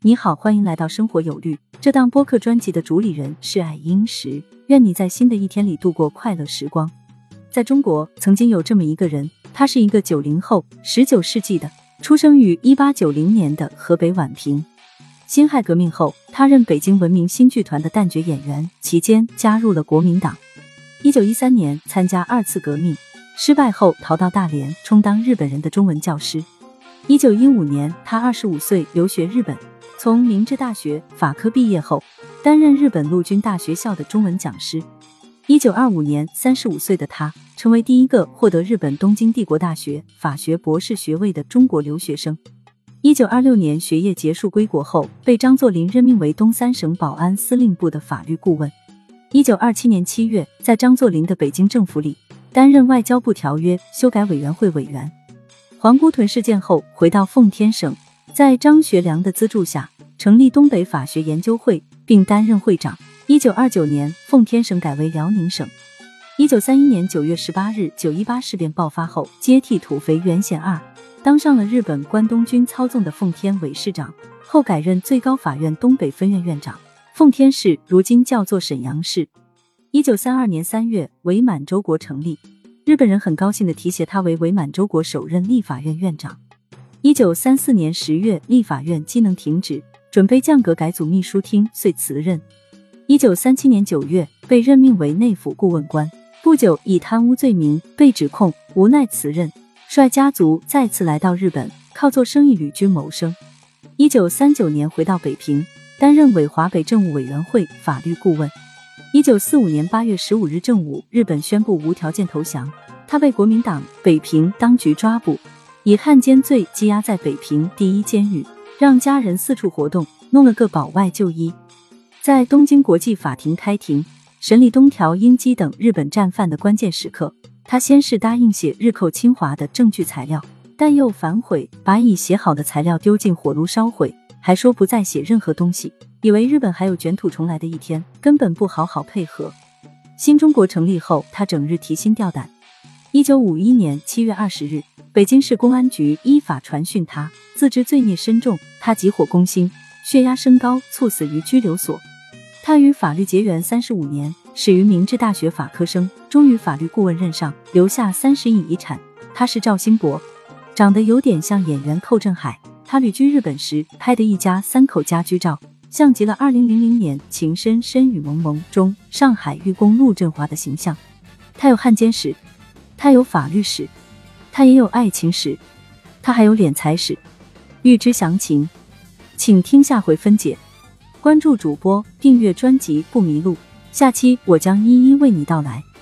你好，欢迎来到生活有律。这档播客专辑的主理人是爱英石，愿你在新的一天里度过快乐时光。在中国，曾经有这么一个人，他是一个90后，19世纪的，出生于1890年的河北宛平。辛亥革命后，他任北京文明新剧团的旦角演员，期间加入了国民党。1913年参加2次革命，失败后逃到大连，充当日本人的中文教师。1915年，他25岁留学日本，从明治大学法科毕业后，担任日本陆军大学校的中文讲师。1925年，35岁的他成为第一个获得日本东京帝国大学法学博士学位的中国留学生。1926年学业结束归国后，被张作霖任命为东三省保安司令部的法律顾问。1927年7月，在张作霖的北京政府里担任外交部条约修改委员会委员。皇姑屯事件后回到奉天省，在张学良的资助下成立东北法学研究会，并担任会长。1929年，奉天省改为辽宁省。1931年9月18日918事变爆发后，接替土肥原贤二，当上了日本关东军操纵的奉天委事长，后改任最高法院东北分院院长。奉天市如今叫做沈阳市。1932年3月，伪满洲国成立，日本人很高兴地提携他为伪满洲国首任立法院院长。1934年10月，立法院机能停止，准备降格改组秘书厅，遂辞任。1937年9月，被任命为内府顾问官，不久以贪污罪名被指控，无奈辞任，率家族再次来到日本，靠做生意旅居谋生。1939年回到北平，担任伪华北政务委员会法律顾问。1945年8月15日正午，日本宣布无条件投降，他被国民党北平当局抓捕，以汉奸罪羁押在北平第一监狱，让家人四处活动，弄了个保外就医。在东京国际法庭开庭审理东条英机等日本战犯的关键时刻，他先是答应写日寇侵华的证据材料，但又反悔，把已写好的材料丢进火炉烧毁，还说不再写任何东西，以为日本还有卷土重来的一天，根本不好好配合。新中国成立后，他整日提心吊胆。1951年7月20日，北京市公安局依法传讯他，自知罪孽深重，他急火攻心，血压升高，猝死于拘留所。他与法律结缘35年，始于明治大学法科生，终于法律顾问任上，留下30亿遗产。他是赵兴博，长得有点像演员寇振海。他旅居日本时拍的一家3口家居照，像极了2000年情深深雨蒙蒙中上海寓工陆振华的形象。他有汉奸史，他有法律史，他也有爱情史，他还有敛财史。欲知详情，请听下回分解。关注主播，订阅专辑不迷路，下期我将一一为你道来。